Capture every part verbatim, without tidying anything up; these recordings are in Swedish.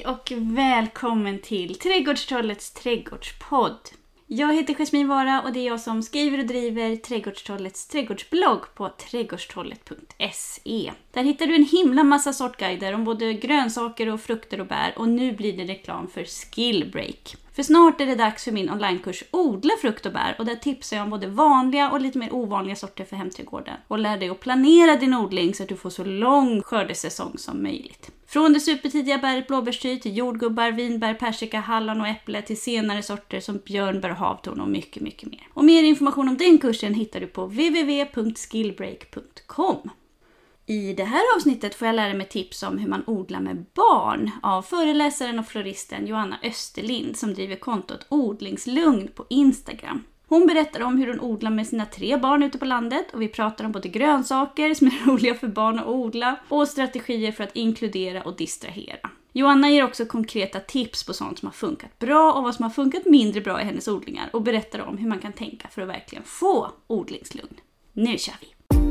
och välkommen till Trädgårdstrollets trädgårdspodd. Jag heter Jasmin Vara och det är jag som skriver och driver Trädgårdstrollets trädgårdsblogg på trädgårdstrollet punkt se. Där hittar du en himla massa sortguider om både grönsaker och frukter och bär, och nu blir det reklam för Skillbreak. För snart är det dags för min onlinekurs Odla frukt och bär, och där tipsar jag om både vanliga och lite mer ovanliga sorter för hemträdgården och lär dig att planera din odling så att du får så lång skördesäsong som möjligt. Från det supertidiga bäret blåbärstry till jordgubbar, vinbär, persika, hallon och äpple till senare sorter som björnbär, havtorn och mycket, mycket mer. Och mer information om den kursen hittar du på w w w punkt skillbreak punkt com. I det här avsnittet får jag lära mig tips om hur man odlar med barn av föreläsaren och floristen Johanna Österlind som driver kontot Odlingslugn på Instagram. Hon berättar om hur hon odlar med sina tre barn ute på landet, och vi pratar om både grönsaker som är roliga för barn att odla och strategier för att inkludera och distrahera. Johanna ger också konkreta tips på sånt som har funkat bra och vad som har funkat mindre bra i hennes odlingar och berättar om hur man kan tänka för att verkligen få odlingslugn. Nu kör vi!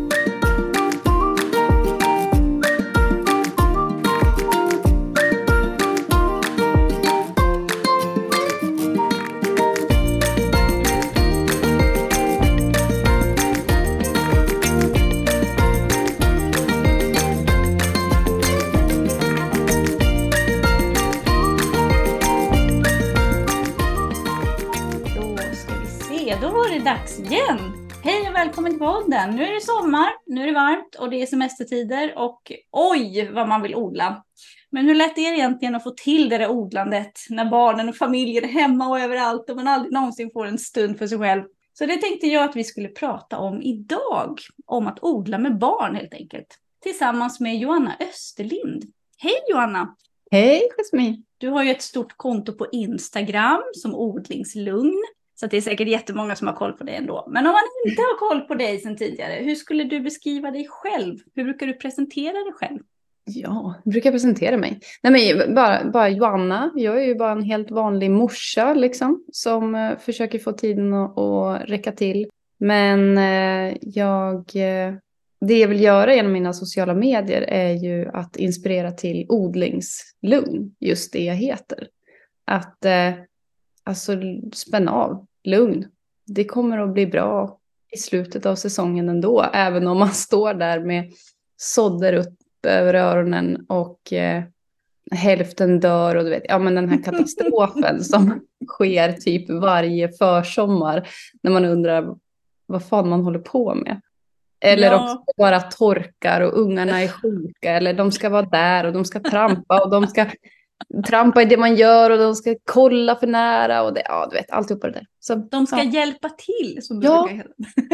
Då var det dags igen. Hej och välkommen till podden. Nu är det sommar, nu är det varmt och det är semestertider och oj vad man vill odla. Men hur lätt är det egentligen att få till det där odlandet när barnen och familjen är hemma och överallt och man aldrig någonsin får en stund för sig själv? Så det tänkte jag att vi skulle prata om idag. Om att odla med barn helt enkelt. Tillsammans med Johanna Österlind. Hej Johanna! Hej Jasmin! Du har ju ett stort konto på Instagram som Odlingslugn. Så det är säkert jättemånga som har koll på dig ändå. Men om man inte har koll på dig sedan tidigare, hur skulle du beskriva dig själv? Hur brukar du presentera dig själv? Ja, jag brukar presentera mig. Nej men bara, bara Johanna. Jag är ju bara en helt vanlig morsa liksom. Som uh, försöker få tiden att, att räcka till. Men uh, jag... Uh, det jag vill göra genom mina sociala medier är ju att inspirera till odlingslugn. Just det jag heter. Att... Uh, Alltså spänn av, lugn. Det kommer att bli bra i slutet av säsongen ändå. Även om man står där med sådder upp över öronen och eh, hälften dör. Och du vet, ja men den här katastrofen som sker typ varje försommar. När man undrar vad fan man håller på med. Eller Ja. också bara torkar och ungarna är sjuka. Eller de ska vara där och de ska trampa och de ska... trampa i det man gör och de ska kolla för nära och det, ja du vet, alltihopa det där. Så, de ska ja. hjälpa till som ja. brukar.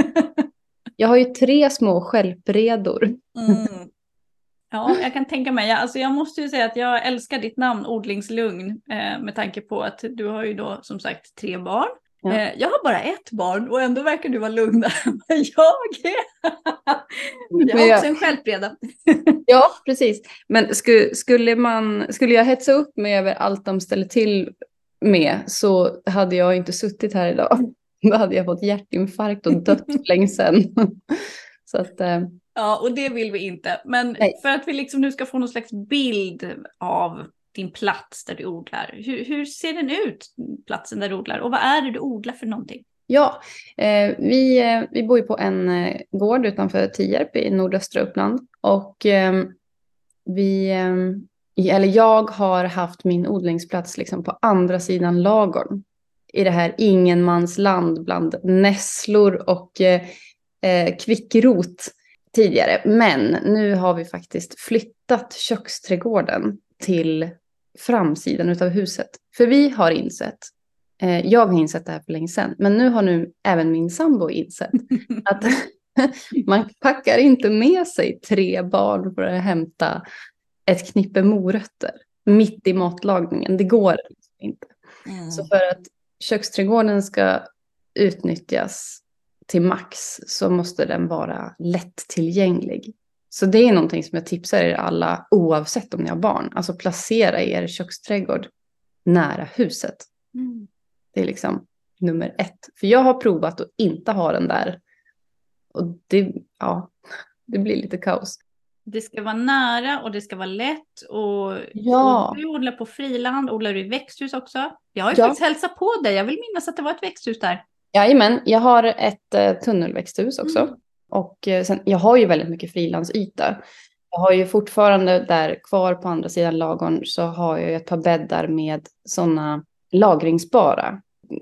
Jag har ju tre små skälpredor. Mm. Ja, jag kan tänka mig. Alltså jag måste ju säga att jag älskar ditt namn Odlingslugn eh, med tanke på att du har ju då som sagt tre barn. Ja. Eh, jag har bara ett barn och ändå verkar du vara lugnare än jag är. Jag har jag... också en skälpreda. Ja, precis. Men skulle, skulle, man, skulle jag hetsa upp mig över allt de ställer till med så hade jag inte suttit här idag. Då hade jag fått hjärtinfarkt och dött länge sedan. Så att... Eh... Ja, och det vill vi inte. Men Nej. För att vi liksom nu ska få någon slags bild av din plats där du odlar. Hur, hur ser den ut, platsen där du odlar? Och vad är det du odlar för någonting? Ja, eh, vi, eh, vi bor ju på en eh, gård utanför Tierp i nordöstra Uppland. Och eh, vi, eh, eller jag har haft min odlingsplats liksom på andra sidan lagorn. I det här ingenmansland bland nässlor och eh, kvickrot tidigare. Men nu har vi faktiskt flyttat köksträdgården till framsidan utav huset. För vi har insett, eh, jag har insett det här för länge sedan, men nu har nu även min sambo insett att man packar inte med sig tre barn för att hämta ett knippe morötter mitt i matlagningen. Det går inte. Mm. Så för att köksträdgården ska utnyttjas till max så måste den vara lättillgänglig. Så det är någonting som jag tipsar er alla oavsett om ni har barn. Alltså placera er köksträdgård nära huset. Mm. Det är liksom nummer ett. För jag har provat att inte ha den där. Och det, ja, det blir lite kaos. Det ska vara nära och det ska vara lätt. Och, Ja. och du odlar på friland, odlar du i växthus också? Jag har ju Ja. faktiskt hälsat på dig, jag vill minnas att det var ett växthus där. Jajamän, jag har ett eh, tunnelväxthus också. Mm. Och eh, sen, jag har ju väldigt mycket frilandsyta. Jag har ju fortfarande där kvar på andra sidan lagorn så har jag ett par bäddar med sådana lagringsbara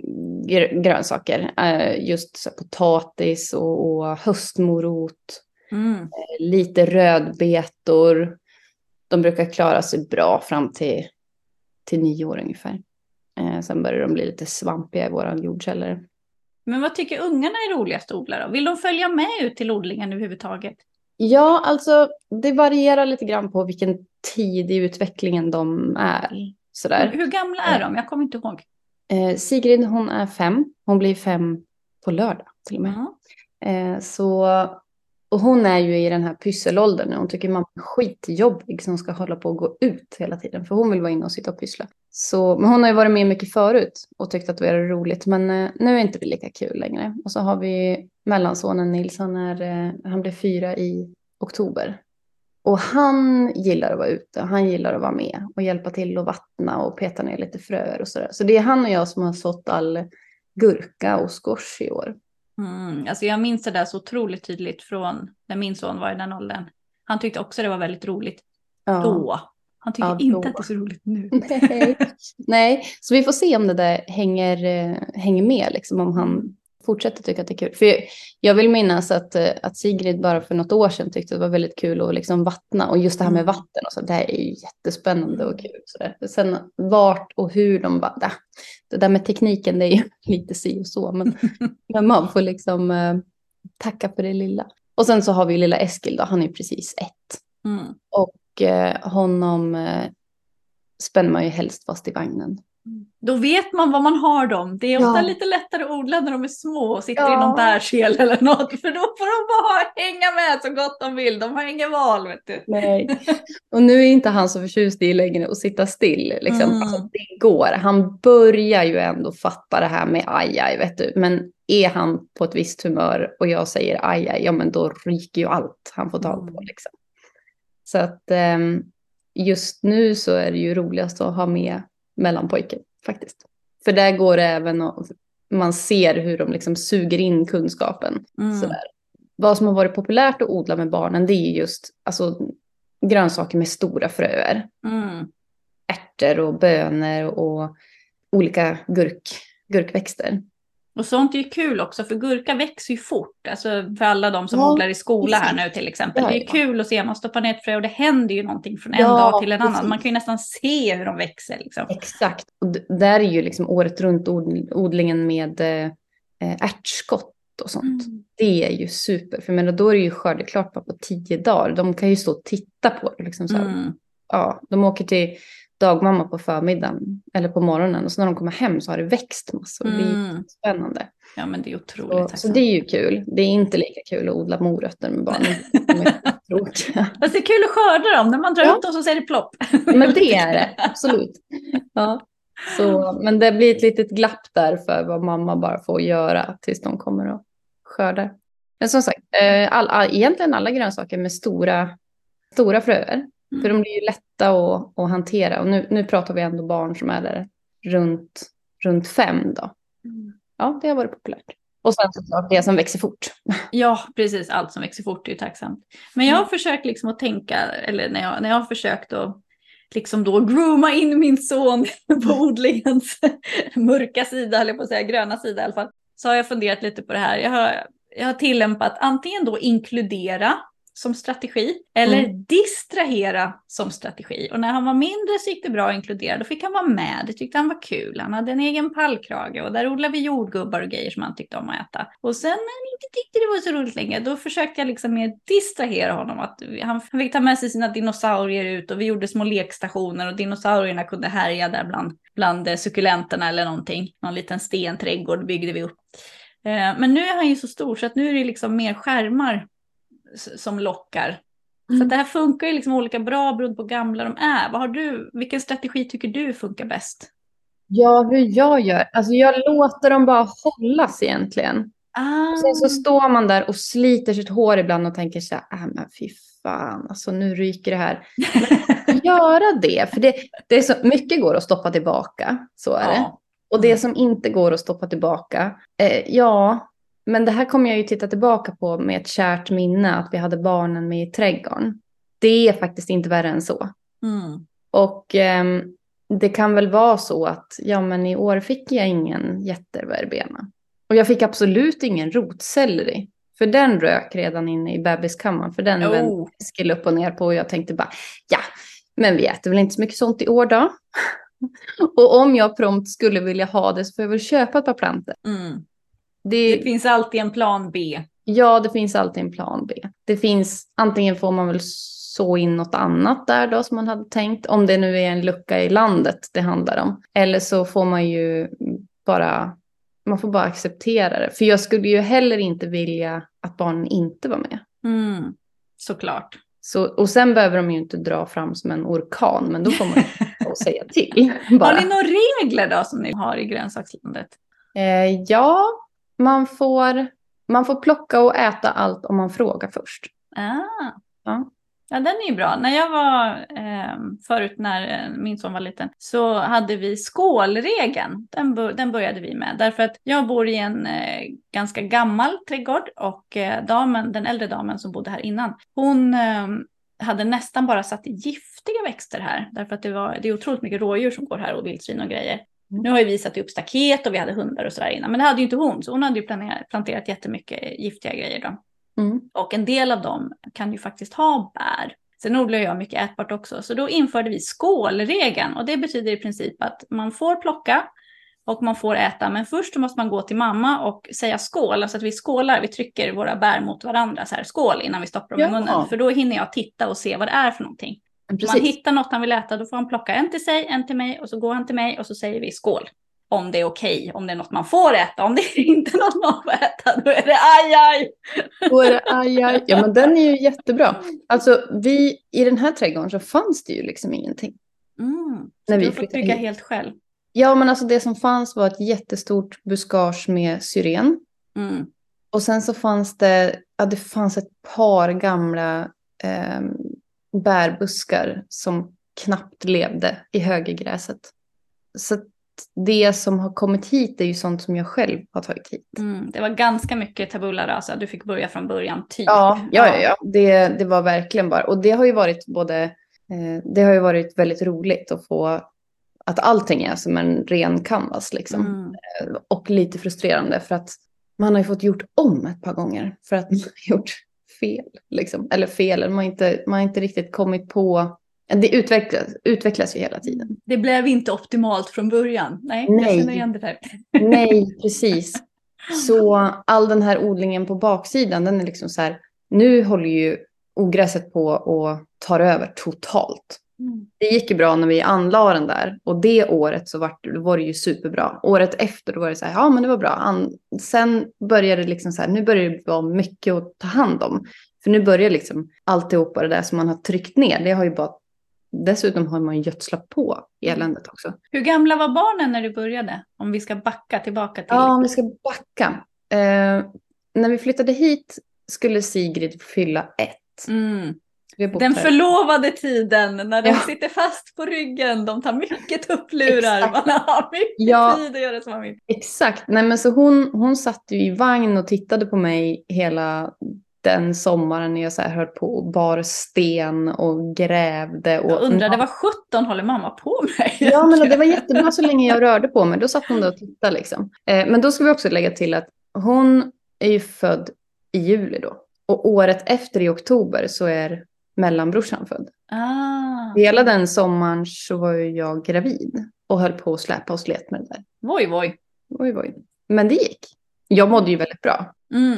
gr- grönsaker. Eh, just så, potatis och, och höstmorot, Mm. lite rödbetor. De brukar klara sig bra fram till, till nio år ungefär. Eh, sen börjar de bli lite svampiga i våran jordkällare. Men vad tycker ungarna är roligast att odla då? Vill de följa med ut till odlingen överhuvudtaget? Ja, alltså det varierar lite grann på vilken tid i utvecklingen de är. Sådär. Hur, hur gamla är de? Jag kommer inte ihåg. Eh, Sigrid hon är fem. Hon blir fem på lördag till och med. Mm. Eh, så, och hon är ju i den här pysselåldern när hon tycker mamma är skitjobbig som ska hålla på och gå ut hela tiden. För hon vill vara inne och sitta och pyssla. Så, men hon har ju varit med mycket förut och tyckt att det är roligt. Men eh, nu är inte det lika kul längre. Och så har vi mellansonen Nils. Han, är, eh, han blev fyra i oktober. Och han gillar att vara ute. Han gillar att vara med och hjälpa till att vattna och peta ner lite fröer och sådär. Så det är han och jag som har sått all gurka och squash i år. Mm. Alltså jag minns det där så otroligt tydligt från när min son var i den åldern. Han tyckte också det var väldigt roligt Ja. då. Han tycker Ja, då. inte att det är så roligt nu. Nej. Nej, så vi får se om det där hänger, eh, hänger med. Liksom, om han fortsätter tycka att det är kul. För jag, jag vill minnas att, eh, att Sigrid bara för något år sedan tyckte att det var väldigt kul att liksom vattna. Och just det här med Mm. vatten, och så, det här är ju jättespännande och kul. Så där. Sen vart och hur de vattnar. Det där med tekniken, det är ju lite si och så. Men, men man får liksom eh, tacka för det lilla. Och sen så har vi lilla Eskil då, han är precis ett. Mm. Och eh, honom eh, spänner man ju helst fast i vagnen. Då vet man vad man har dem. Det är ofta Ja. lite lättare att odla när de är små och sitter Ja. i någon bärsel eller något. För då får de bara hänga med så gott de vill. De har inget val, vet du. Nej. Och nu är inte han så förtjust i längre att sitta still. Liksom. Mm. Alltså, det går. Han börjar ju ändå fatta det här med aj, aj, vet du. Men är han på ett visst humör och jag säger aj, aj, ja men då ryker ju allt han får tag på. Mm. Liksom. Så att um, just nu så är det ju roligast att ha med mellanpojken faktiskt. För där går det även och man ser hur de liksom suger in kunskapen. Mm. Sådär. Vad som har varit populärt att odla med barnen, det är just alltså, grönsaker med stora fröer. Mm. Ärtor och bönor och olika gurk, gurkväxter. Och sånt är ju kul också, för gurka växer ju fort. Alltså för alla de som Ja, odlar i skola här precis. nu till exempel. Ja, Det är ju ja. kul att se, man stoppar ner ett frö och det händer ju någonting från en Ja, dag till en annan. precis. Man kan ju nästan se hur de växer. Liksom. Exakt. Och d- där är ju liksom året runt od- odlingen med eh, ärtskott och sånt. Mm. Det är ju super. För men då är det ju skördeklart bara på tio dagar. De kan ju stå och titta på det. Liksom så här. Mm. Ja, de åker till dagmamma på förmiddagen eller på morgonen. Och så när de kommer hem så har det växt massor. Det är Mm. ju spännande. Ja, men det är otroligt. Så, så tacksamt. det är ju kul. Det är inte lika kul att odla morötter med barnen. De är tråkiga. Fast det är kul att skörda dem. När man drar Ja. upp dem så säger det plopp. Men det är det, absolut. Ja. Så, men det blir ett litet glapp där för vad mamma bara får göra tills de kommer och skördar. Men som sagt, eh, all, all, egentligen alla grönsaker med stora, stora fröer. Mm. För de blir ju lätta att, att hantera. Och nu, nu pratar vi ändå barn som är där runt, runt fem då. Mm. Ja, det har varit populärt. Och sen såklart det som växer fort. Ja, precis. Allt som växer fort är ju tacksamt. Men jag har försökt liksom att tänka, eller när jag, när jag har försökt att liksom då grooma in min son på odlingens mörka sida, eller på att säga gröna sida i alla fall, så har jag funderat lite på det här. Jag har, jag har tillämpat antingen då inkludera som strategi eller Mm. distrahera som strategi. Och när han var mindre så gick det bra att inkludera. Då fick han vara med. Det tyckte han var kul. Han hade en egen pallkrage och där odlade vi jordgubbar och grejer som han tyckte om att äta. Och sen när han inte tyckte det var så roligt längre, då försökte jag liksom mer distrahera honom. Att han fick ta med sig sina dinosaurier ut och vi gjorde små lekstationer och dinosaurierna kunde härja där bland, bland sukulenterna eller någonting. Någon liten stenträdgård byggde vi upp. Men nu är han ju så stor så att nu är det liksom mer skärmar som lockar. Mm. Så att det här funkar ju liksom olika bra beroende på hur gamla de är. Vad har du, vilken strategi tycker du funkar bäst? Ja, hur jag gör? Alltså jag låter dem bara hållas egentligen. Ah. Och sen så står man där och sliter sitt hår ibland och tänker så här, äh, men fy fan, alltså nu ryker det här. Men göra det, för det, det är så mycket går att stoppa tillbaka, så är det. Ja. Och det som inte går att stoppa tillbaka, eh, ja, men det här kommer jag ju titta tillbaka på med ett kärt minne, att vi hade barnen med i trädgården. Det är faktiskt inte värre än så. Mm. Och eh, det kan väl vara så att, ja men i år fick jag ingen jätteverbena. Och jag fick absolut ingen rotselleri. För den rök redan inne i bebiskammaren. För den Oh. vände Eskil upp och ner på. Och jag tänkte bara, ja, men vi äter väl inte så mycket sånt i år då. Och om jag prompt skulle vilja ha det så får jag väl köpa ett par plantor. Mm. Det, Det finns alltid en plan B. ja, det finns alltid en plan B. Det finns, antingen får man väl så in något annat där då som man hade tänkt. Om det nu är en lucka i landet det handlar om. Eller så får man ju bara, man får bara acceptera det. För jag skulle ju heller inte vilja att barnen inte var med. Mm. Såklart. Så, och sen behöver de ju inte dra fram som en orkan. Men då får man ju säga till. Bara. Har ni några regler då som ni har i grönsakslandet? Eh, ja, man får, man får plocka och äta allt om man frågar först. Ah. Ja. Ja, den är ju bra. När jag var eh, förut när min son var liten så hade vi skålregeln. Den, den började vi med. Därför att jag bor i en eh, ganska gammal trädgård och eh, damen, den äldre damen som bodde här innan, hon eh, hade nästan bara satt giftiga växter här. Därför att det, var, det är otroligt mycket rådjur som går här och vildsvin och grejer. Mm. Nu har ju vi satt upp staket och vi hade hundar och sådär innan. Men det hade ju inte hon. Så hon hade ju planerat, planterat jättemycket giftiga grejer då. Mm. Och en del av dem kan ju faktiskt ha bär. Sen odlar jag mycket ätbart också. Så då införde vi skålregeln. Och det betyder i princip att man får plocka och man får äta. Men först måste man gå till mamma och säga skål. Alltså att vi skålar, vi trycker våra bär mot varandra så här, skål, innan vi stoppar dem ja. i munnen. För då hinner jag titta och se vad det är för någonting. Om man hittar något han vill äta, då får han plocka en till sig, en till mig. Och så går han till mig och så säger vi skål. Om det är okej, om det är något man får äta. Om det är inte något man får äta, då är det aj, aj. Då är det aj, aj. Ja, men den är ju jättebra. Alltså, vi, i den här trädgården så fanns det ju liksom ingenting. Mm. Så när du vi får bygga helt själv? Ja, men alltså det som fanns var ett jättestort buskage med syren. Mm. Och sen så fanns det, ja, det fanns ett par gamla eh, bärbuskar som knappt levde i högergräset. Så det som har kommit hit är ju sånt som jag själv har tagit hit. Mm, det var ganska mycket tabula rasa. Du fick börja från början typ. Ja, ja, ja, ja. Det, det var verkligen bara. Och det har ju varit både, eh, det har ju varit väldigt roligt att få att allting är som en ren canvas liksom. Mm. Eh, och lite frustrerande för att man har ju fått gjort om ett par gånger för att man har gjort fel liksom. Eller fel, man har inte, man har inte riktigt kommit på. Det utvecklas, utvecklas ju hela tiden. Det blev inte optimalt från början. Nej, Nej. Jag känner igen det där. Nej, precis. Så all den här odlingen på baksidan, den är liksom så här, nu håller ju ogräset på och tar över totalt. Mm. Det gick ju bra när vi anlade den där. Och det året så var det, var det ju superbra. Året efter då var det så här, ja men det var bra. An- Sen började det liksom så här, nu börjar det vara mycket att ta hand om. För nu börjar liksom alltihopa det där som man har tryckt ner, det har ju bara. Dessutom har man gödslat på eländet också. Hur gamla var barnen när du började? Om vi ska backa tillbaka till... Ja, om vi ska backa. Eh, när vi flyttade hit skulle Sigrid fylla ett. Mm. Den förlovade tiden när de ja. sitter fast på ryggen. De tar mycket tupplurar. Man har mycket ja. tid att göra som man vill. Exakt. Nej, men så hon, hon satt ju i vagn och tittade på mig hela... den sommaren när jag så här höll på och bar sten och grävde. Och jag undrade vad sjutton håller mamma på med? Ja, men det var jättebra så länge jag rörde på mig. Då satt hon där och tittade liksom. Eh, men då ska vi också lägga till att hon är ju född i juli då. Och året efter i oktober så är mellanbrorsan född. Ah. Hela den sommaren så var jag gravid. Och höll på att släpa och slet med det där. Voj, voj. Voj, voj. Men det gick. Jag mådde ju väldigt bra. Mm.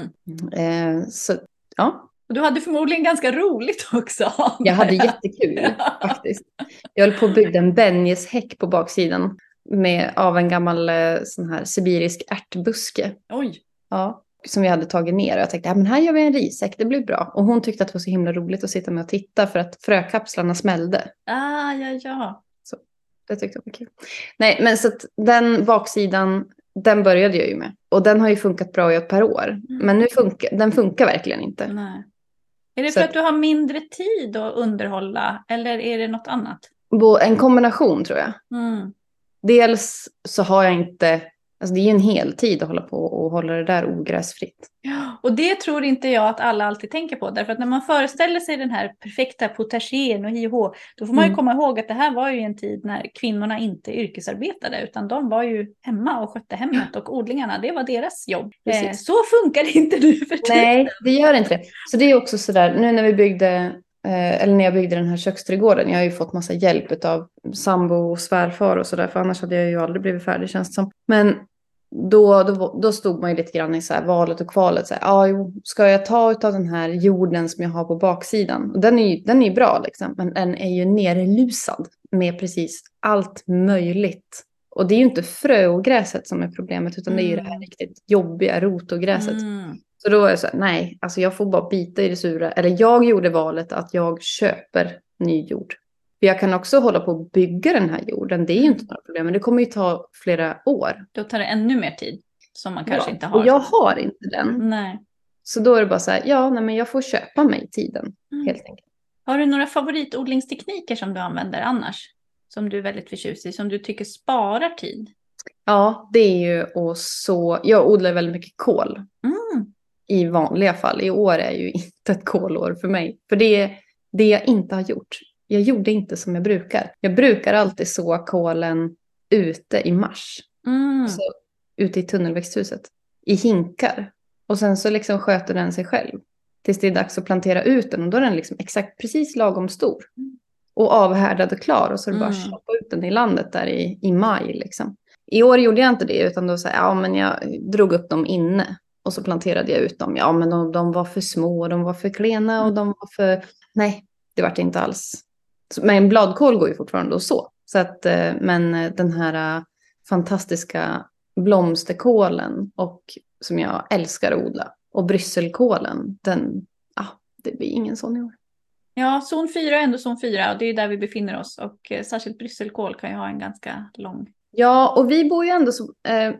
Eh, så ja. Och du hade förmodligen ganska roligt också. Jag hade jättekul faktiskt. Jag höll på att bygga en benjeshäck på baksidan. Med, av en gammal sån här sibirisk ärtbuske. Oj. Ja, som vi hade tagit ner. Och jag tänkte, ja, men här gör vi en risäck, det blir bra. Och hon tyckte att det var så himla roligt att sitta med och titta. För att frökapslarna smällde. Ah, ja, ja. Så det tyckte jag var kul. Nej, men så att den baksidan... Den började jag ju med. Och den har ju funkat bra i ett par år. Mm. Men nu funkar, den funkar verkligen inte. Nej. Är det för att, att du har mindre tid att underhålla eller är det något annat? En kombination tror jag. Mm. Dels så har jag inte, alltså det är ju en hel tid att hålla på och hålla det där ogräsfritt. Ja, och det tror inte jag att alla alltid tänker på. Därför att när man föreställer sig den här perfekta potagén och hi och hå, då får man ju mm. komma ihåg att det här var ju en tid när kvinnorna inte yrkesarbetade, utan de var ju hemma och skötte hemmet och odlingarna, det var deras jobb. Eh, så funkar det inte nu för tiden. Nej, det gör inte det. Så det är också sådär, nu när vi byggde, eh, eller när jag byggde den här köksträdgården, jag har ju fått massa hjälp av sambo och svärfar och sådär, för annars hade jag ju aldrig blivit färdig, känns det som. Men Då, då, då stod man ju lite grann i så här valet och kvalet. Så här, ah, jo, ska jag ta ut av den här jorden som jag har på baksidan? Och den är ju den är ju bra liksom. Men den är ju nerlusad med precis allt möjligt. Och det är ju inte fröogräset som är problemet. Utan mm. det är ju det här riktigt jobbiga rotogräset. Mm. Så då var jag så här, nej. Alltså jag får bara bita i det sura. Eller jag gjorde valet att jag köper ny jord. Jag kan också hålla på att bygga den här jorden. Det är ju inte några problem. Men det kommer ju ta flera år. Då tar det ännu mer tid. Som man kanske ja, inte har. Och jag har inte den. Nej. Så då är det bara så här. Ja, nej, men jag får köpa mig tiden. Mm. Helt enkelt. Har du några favoritodlingstekniker som du använder annars? Som du är väldigt förtjust i. Som du tycker sparar tid? Ja, det är ju och så. Jag odlar väldigt mycket kål. Mm. I vanliga fall. I år är ju inte ett kålår för mig. För det är det jag inte har gjort. Jag gjorde inte som jag brukar. Jag brukar alltid så kålen ute i mars. Mm. Alltså, ute i tunnelväxthuset. I hinkar. Och sen så liksom sköter den sig själv. Tills det är dags att plantera ut den. Och då är den liksom exakt precis lagom stor. Och avhärdad och klar. Och så är det bara att köpa ut den i landet där i, i maj. Liksom. I år gjorde jag inte det. Utan då så här, ja men jag drog upp dem inne. Och så planterade jag ut dem. Ja men de, de var för små. Och de var för klena. Och de var för... Nej, det var det inte alls. Men bladkål går ju fortfarande och så. så att, men den här fantastiska blomsterkålen och som jag älskar att odla. Och brysselkålen, den, ah, det blir ingen sån i år. Ja, zon fyra är ändå zon fyra och det är där vi befinner oss. Och eh, särskilt brysselkål kan ju ha en ganska lång. Ja, och vi bor ju ändå så, eh,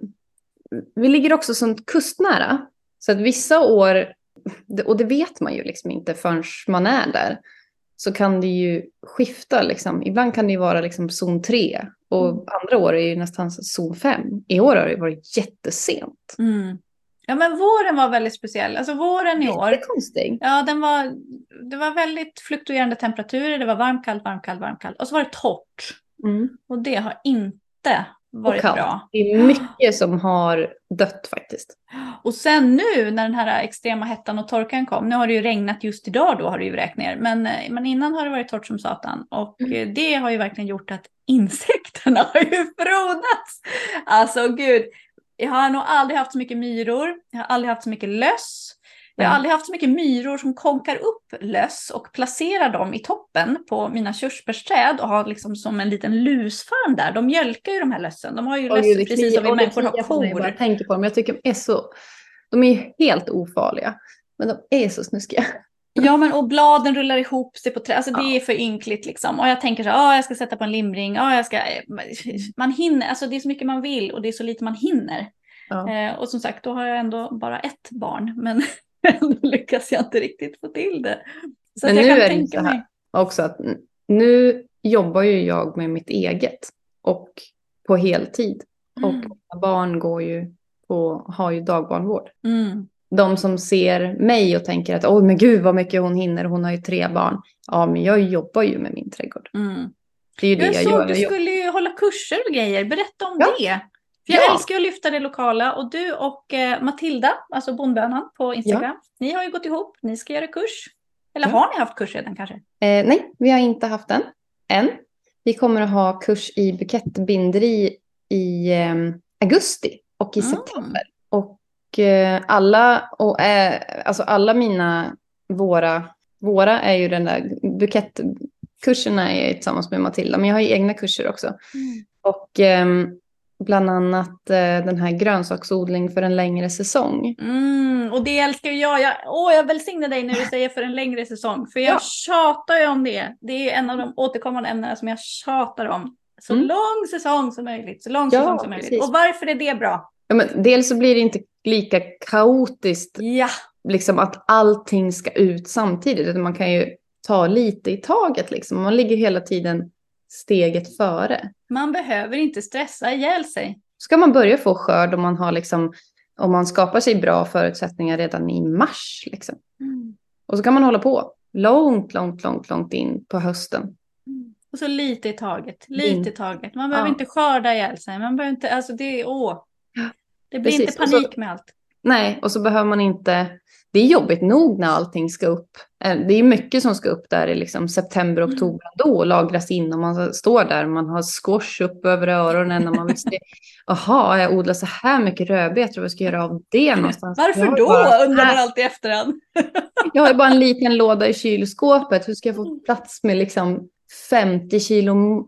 vi ligger också sånt kustnära. Så att vissa år, och det vet man ju liksom inte förrän man är där. Så kan det ju skifta liksom. Ibland kan det ju vara liksom zon tre. Och mm. andra år är ju nästan zon fem. I år har det varit jättesent. Mm. Ja men våren var väldigt speciell. Alltså våren i år. Det är konstigt. Ja den var, det var väldigt fluktuerande temperaturer. Det var varmt, kallt, varmt, kallt, varmt, kallt. Och så var det torrt. Mm. Och det har inte varit bra. Det är mycket som har dött faktiskt. Och sen nu när den här extrema hettan och torkan kom. Nu har det ju regnat just idag då har det ju vräkt ner. Men, men innan har det varit torrt som satan. Och mm. det har ju verkligen gjort att insekterna har ju frodats. Alltså gud. Jag har nog aldrig haft så mycket myror. Jag har aldrig haft så mycket löss. Jag har aldrig haft så mycket myror som konkar upp löss och placerar dem i toppen på mina körsbärsträd och har liksom som en liten lusfarm där. De mjölkar ju de här lössen. De har ju löss Gud, precis som vi människor har kor. Jag bara tänker på dem. Jag tycker de är så, de är helt ofarliga. Men de är så snuskiga. Ja, men och bladen rullar ihop sig på träd. Alltså det ja. är för ynkligt liksom. Och jag tänker så här, ah, jag ska sätta på en limring. Ah, jag ska... Man hinner, alltså det är så mycket man vill och det är så lite man hinner. Ja. Eh, och som sagt, då har jag ändå bara ett barn. Men ändå lyckas jag inte riktigt få till det. Så men att nu jag kan är tänka det så här mig. också att nu jobbar ju jag med mitt eget. Och på heltid. Mm. Och mina barn går ju på, har ju dagbarnvård. Mm. De som ser mig och tänker att åh men gud vad mycket hon hinner, hon har ju tre barn. Ja men jag jobbar ju med min trädgård. Mm. Det är ju det jag, jag såg gör. Du skulle ju hålla kurser och grejer, berätta om ja. det. För jag ja. älskar att lyfta det lokala och du och eh, Matilda, alltså bondbönan på Instagram. Ja. Ni har ju gått ihop, ni ska göra kurs. Eller ja. har ni haft kurs redan kanske? Eh, nej, vi har inte haft den än. Vi kommer att ha kurs i bukettbinderi i eh, augusti och i mm. september. Och alla, och, äh, alltså alla mina, våra, våra är ju den där bukettkurserna är tillsammans med Matilda. Men jag har ju egna kurser också. Mm. Och äh, bland annat äh, den här grönsaksodling för en längre säsong. Mm, och det älskar jag. jag. Åh, jag välsignar dig när du säger för en längre säsong. För jag ja. tjatar ju om det. Det är en av de återkommande ämnena som jag tjatar om. Så mm. lång säsong som möjligt. Så lång ja, säsong som möjligt. Precis. Och varför är det bra? Ja, men dels så blir det inte lika kaotiskt ja. liksom att allting ska ut samtidigt. Utan man kan ju ta lite i taget liksom. Man ligger hela tiden steget före. Man behöver inte stressa ihjäl sig. Ska man börja få skörd om man har liksom, om man skapar sig bra förutsättningar redan i mars liksom. Mm. Och så kan man hålla på långt, långt, långt, långt in på hösten. Mm. Och så lite i taget, lite i taget. Man behöver Ja. inte skörda ihjäl sig. Man behöver inte, alltså det är, åh. Det blir Precis. inte panik Och så, med allt. nej, och så behöver man inte, det är jobbigt nog när allting ska upp. Det är mycket som ska upp där i liksom september, oktober då och lagras in. Och man står där, man har squash upp över öronen. Och man vill se, jaha, jag odlar så här mycket rödbetor, vad ska jag göra av det någonstans? Varför Jag då, bara, undrar man alltid efterhand. Jag har ju bara en liten låda i kylskåpet. Hur ska jag få plats med liksom femtio kilo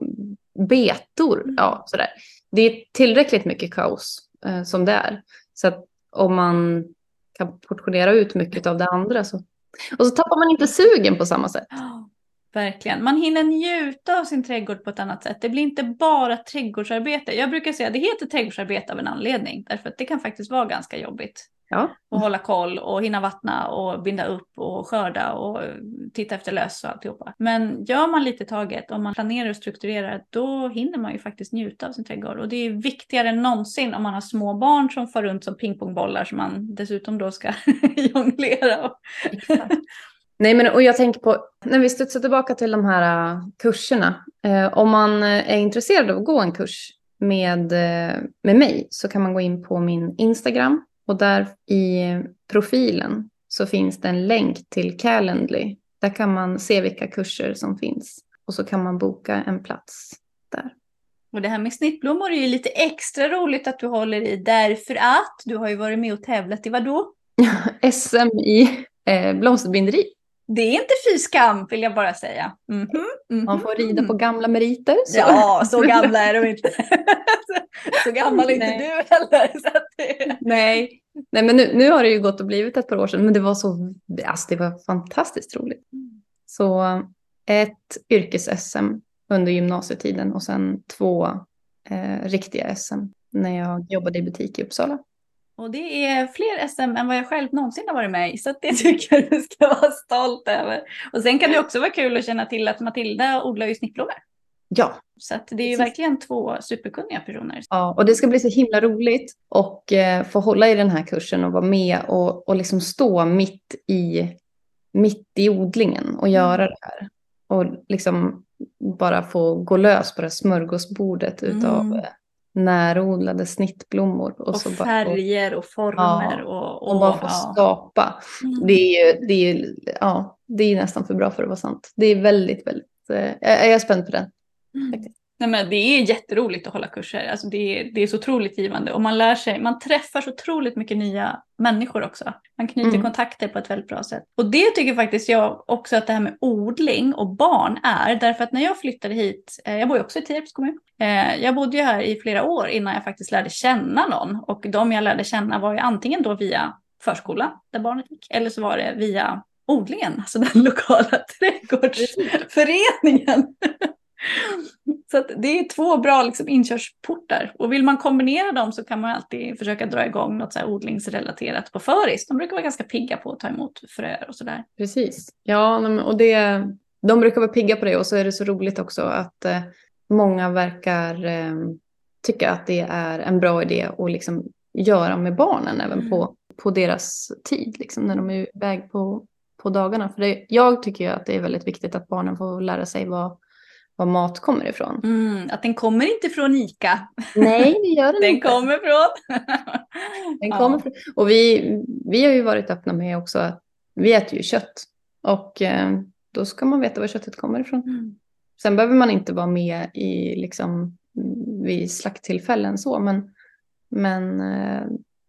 betor? Ja, sådär. Det är tillräckligt mycket kaos eh, som det är. Så att om man kan portionera ut mycket av det andra så... Och så tappar man inte sugen på samma sätt. Oh, verkligen. Man hinner njuta av sin trädgård på ett annat sätt. Det blir inte bara trädgårdsarbete. Jag brukar säga att det heter trädgårdsarbete av en anledning. Därför att det kan faktiskt vara ganska jobbigt. Ja. Och hålla koll och hinna vattna och binda upp och skörda och titta efter löss och alltihopa. Men gör man lite taget, om man planerar och strukturerar, då hinner man ju faktiskt njuta av sin trädgård. Och det är viktigare än någonsin om man har små barn som far runt som pingpongbollar som man dessutom då ska jonglera. Exakt. Nej, men och jag tänker på, när vi studsar tillbaka till de här uh, kurserna. Eh, om man är intresserad av att gå en kurs med, uh, med mig så kan man gå in på min Instagram. Och där i profilen så finns det en länk till Calendly. Där kan man se vilka kurser som finns. Och så kan man boka en plats där. Och det här med snittblommor är ju lite extra roligt att du håller i. Därför att du har ju varit med och tävlat i vad då? S M i eh, blomsterbinderi. Det är inte fy skam, vill jag bara säga. Mm-hmm, mm-hmm. Man får rida på gamla meriter. Så. Ja, så gamla är de inte. Så gammal är inte Nej. du heller. Så att det... Nej, Nej men nu, nu har det ju gått och blivit ett par år sedan. Men det var så, alltså det var fantastiskt roligt. Så ett yrkes-S M under gymnasietiden och sen två eh, riktiga S M när jag jobbade i butik i Uppsala. Och det är fler S M än vad jag själv någonsin har varit med i. Så att det tycker jag du ska vara stolt över. Och sen kan det också vara kul att känna till att Matilda odlar ju snittblommor. Ja. Så att det är ju Precis. verkligen två superkunniga personer. Ja, och det ska bli så himla roligt och eh, få hålla i den här kursen och vara med och, och liksom stå mitt i, mitt i odlingen och göra det här. Och liksom bara få gå lös på det smörgåsbordet utav Mm. eh, närodlade snittblommor. Och, Och så färger bara, och former. ja, och, och, och bara få ja. skapa. Mm. Det är ju, det är ju, ja, det är nästan för bra för att vara sant. Det är väldigt, väldigt, eh, jag är spänd på den. Mm. Nej, men det är jätteroligt att hålla kurser. Alltså det, är, det är så otroligt givande. Och man lär sig, man träffar så otroligt mycket nya människor också. Man knyter Mm. kontakter på ett väldigt bra sätt. Och det tycker faktiskt jag också att det här med odling och barn är. Därför att när jag flyttade hit, eh, jag bor ju också i Tierps kommun. Eh, jag bodde ju här i flera år innan jag faktiskt lärde känna någon. Och de jag lärde känna var ju antingen då via förskola där barnet gick. Eller så var det via odlingen, alltså den lokala trädgårdsföreningen. Så att det är två bra liksom, inkörsportar. Och vill man kombinera dem så kan man alltid försöka dra igång något så här odlingsrelaterat på föris. De brukar vara ganska pigga på att ta emot fröer och sådär. Precis. Ja, och det, de brukar vara pigga på det. Och så är det så roligt också att eh, många verkar eh, tycka att det är en bra idé att liksom göra med barnen även Mm. på, på deras tid. Liksom, när de är iväg på, på dagarna. För det, jag tycker ju att det är väldigt viktigt att barnen får lära sig vad var mat kommer ifrån. Mm, att den kommer inte från Ica. Nej, det gör den, den inte. Den kommer från. den ja. kommer från. Och vi, vi har ju varit öppna med också att vi äter ju kött. Och eh, då ska man veta var köttet kommer ifrån. Mm. Sen behöver man inte vara med i liksom vid slakttillfällen så. Men, men eh,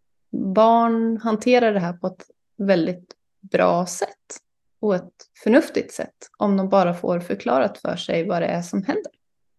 barn hanterar det här på ett väldigt bra sätt. Och ett förnuftigt sätt. Om de bara får förklarat för sig vad det är som händer.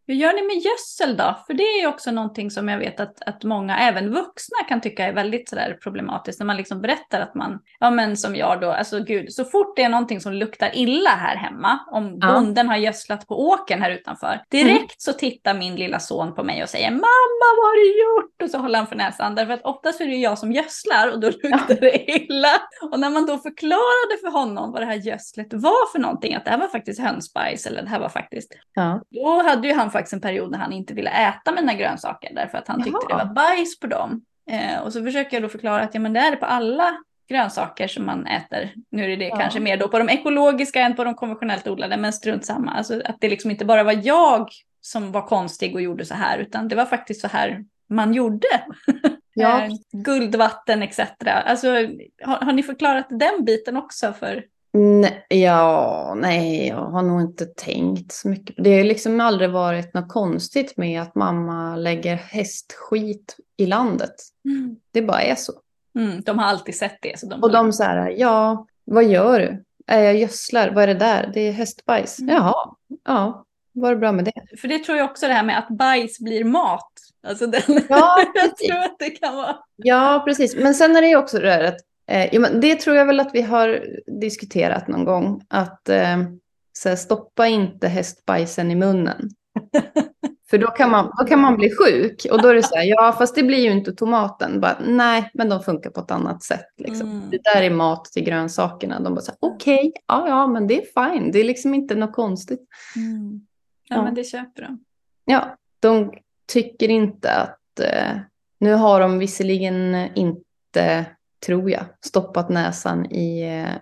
Hur gör ni med gödsel då? För det är ju också någonting som jag vet att, att många, även vuxna, kan tycka är väldigt sådär problematiskt. När man liksom berättar att man, ja men som jag då, alltså gud, så fort det är någonting som luktar illa här hemma, om Ja. bonden har gödslat på åkern här utanför, direkt Mm. så tittar min lilla son på mig och säger mamma, vad har du gjort? Och så håller han för näsan, därför att oftast är det ju jag som gödslar och då luktar Ja. det illa. Och när man då förklarade för honom vad det här gödslet var för någonting, att det här var faktiskt hönsbajs eller det här var faktiskt, Ja. då hade ju han faktiskt en period när han inte ville äta mina grönsaker därför att han tyckte Jaha. det var bajs på dem. Eh, och så försöker jag då förklara att ja, men det är det på alla grönsaker som man äter. Nu är det, det Ja. kanske mer då på de ekologiska än på de konventionellt odlade, men strunt samma. Alltså att det liksom inte bara var jag som var konstig och gjorde så här, utan det var faktiskt så här man gjorde. Ja. eh, guldvatten et cetera. Alltså, har, har ni förklarat den biten också för... Nej, ja, nej, jag har nog inte tänkt så mycket. Det har liksom aldrig varit något konstigt med att mamma lägger hästskit i landet. Mm. Det bara är så. Mm, de har alltid sett det. Så de Och de så här, ja, vad gör du? Är jag gödslar? Vad är det där? Det är hästbajs. Mm. Jaha, ja, var det bra med det? För det tror jag också det här med att bajs blir mat. Alltså den, Ja, jag precis. tror att det kan vara... Ja, precis. Men sen är det ju också det där att, eh, ja, men det tror jag väl att vi har diskuterat någon gång. Att eh, så här, stoppa inte hästbajsen i munnen. För då kan, man, då kan man bli sjuk. Och då är det så här, ja fast det blir ju inte tomaten. Bara, nej, men de funkar på ett annat sätt. Liksom. Mm. Det där är mat till grönsakerna. De bara så här, okej, okay, ja, ja, men det är fine. Det är liksom inte något konstigt. Mm. Ja, Ja. men det köper de. Ja, de tycker inte att... Eh, nu har de visserligen inte, tror jag, stoppat näsan i eh,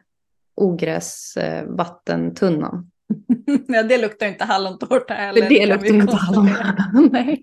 ogräsvattentunnan. Ja, det luktar inte hallontårta heller. För det kan luktar vi inte hallon. konstatera. Nej.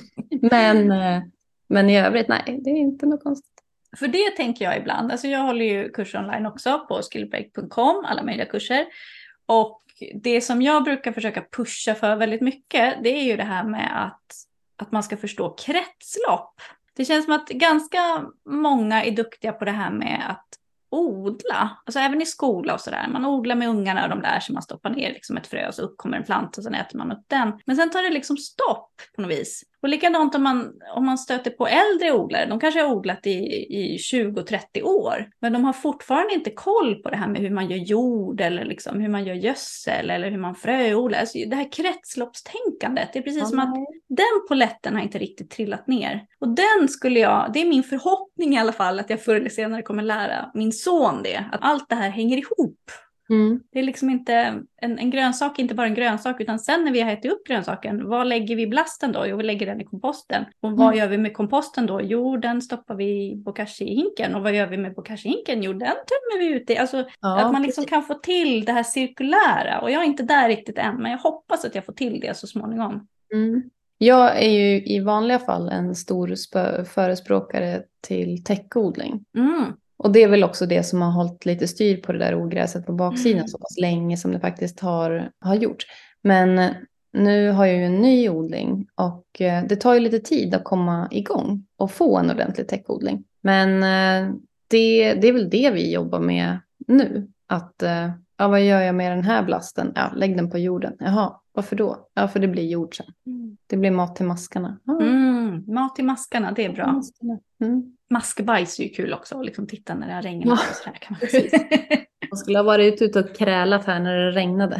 Men, eh, men i övrigt, nej, det är inte något konstigt. För det tänker jag ibland. Alltså jag håller ju kurser online också på skillbreak punkt com, alla möjliga kurser. Och det som jag brukar försöka pusha för väldigt mycket, det är ju det här med att, att man ska förstå kretslopp. Det känns som att ganska många är duktiga på det här med att odla. Alltså även i skola och sådär. Man odlar med ungarna och de lär sig, man stoppar ner liksom ett frö och så uppkommer en planta och sen äter man upp den. Men sen tar det liksom stopp på något vis. Och likadant om man, om man stöter på äldre odlare. De kanske har odlat i, i tjugo trettio år. Men de har fortfarande inte koll på det här med hur man gör jord eller liksom hur man gör gödsel eller hur man fröodlar. Alltså det här kretsloppstänkandet, det är precis Ja, som att nej. den poletten har inte riktigt trillat ner. Och den skulle jag, det är min förhoppning i alla fall att jag förr eller senare kommer lära min son det. Att allt det här hänger ihop. Mm. Det är liksom inte, en, en grönsak är inte bara en grönsak, utan sen när vi har ätit upp grönsaken, vad lägger vi i blasten då? Jo, vi lägger den i komposten. Och vad Mm. gör vi med komposten då? Jo, den stoppar vi i bokashi-hinken. Och vad gör vi med bokashi-hinken? Jo, den tömmer vi ut i. Alltså Ja, att man liksom precis. kan få till det här cirkulära. Och jag är inte där riktigt än, men jag hoppas att jag får till det så småningom. Mm. Jag är ju i vanliga fall en stor spö- förespråkare till täckodling. Mm. Och det är väl också det som har hållit lite styr på det där ogräset på baksidan Mm. så pass länge som det faktiskt har, har gjort. Men eh, nu har jag ju en ny odling och eh, det tar ju lite tid att komma igång och få en ordentlig täckodling. Men eh, det, det är väl det vi jobbar med nu. Att, eh, ja, vad gör jag med den här blasten? Ja, lägg den på jorden. Jaha, varför då? Ja, för det blir jord sen. Mm. Det blir mat till maskarna. Ja, Mm. Mat till maskarna, det är bra. maskarna. Mm. Maskbajs är ju kul också, och liksom titta när det har regnat Ja. och sådär kan man säga. Man skulle ha varit ute och krälat här när det regnade.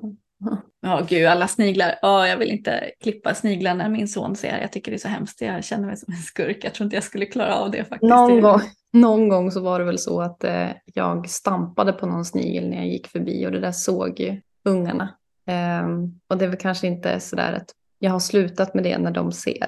Ja, gud, alla sniglar. Ja, jag vill inte klippa sniglar när min son ser. Jag tycker det är så hemskt. Jag känner mig som en skurk. Jag tror inte jag skulle klara av det faktiskt. Någon Det- gång, någon gång så var det väl så att eh, jag stampade på någon snigel när jag gick förbi och det där såg ju ungarna. Ehm, och det är väl kanske inte sådär att jag har slutat med det när de ser.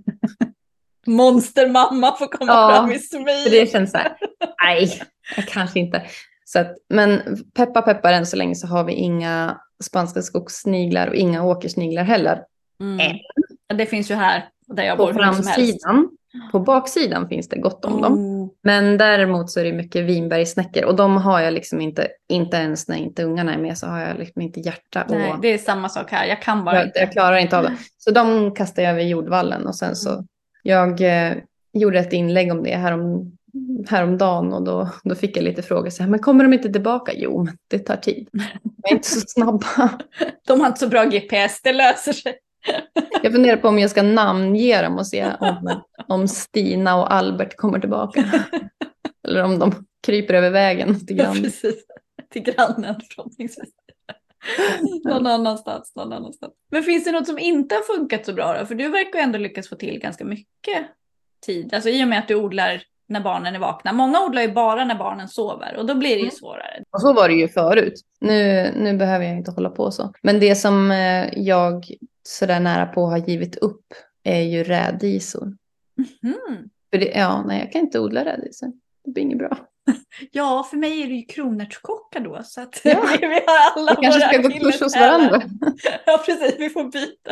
Monstermamma får komma Ja, fram i smyg. För det känns så här, nej, jag kanske inte. Så att, men peppa peppar än så länge så har vi inga spanska skogssniglar och inga åkersniglar heller. Mm. Ja, det finns ju här där jag På bor hur som helst. framsidan, på baksidan finns det gott om dem. Oh. Men däremot så är det mycket vinbergssnäckor. Och de har jag liksom inte, inte ens när inte ungarna är med så har jag liksom inte hjärta. Nej, Och det är samma sak här. Jag kan bara jag, inte. jag klarar inte av det. Så de kastar jag över jordvallen. Och sen så, Mm. jag eh, gjorde ett inlägg om det härom, häromdagen. Och då, då fick jag lite frågor. Så här, men kommer de inte tillbaka? Jo, det tar tid. De är inte så snabba. De har inte så bra G P S, det löser sig. Jag funderar på om jag ska namnge dem och se om, om Stina och Albert kommer tillbaka. Eller om de kryper över vägen till grannen. Precis, till grannen förhoppningsvis. någon annanstans, någon annanstans. Men finns det något som inte har funkat så bra då? För du verkar ju ändå lyckas få till ganska mycket tid. Alltså i och med att du odlar när barnen är vakna. Många odlar ju bara när barnen sover och då blir det ju svårare. Och så var det ju förut. Nu, nu behöver jag inte hålla på så. Men det som eh, jag sådär nära på har givit upp är ju rädisor. Mm. För det, ja, nej, jag kan inte odla rädisor. Det blir inget bra. Ja, för mig är det ju kronärtskocka då. Så att Ja. vi, vi har alla Vi kanske ska gå kurs hos varandra. Ja, precis. Vi får byta.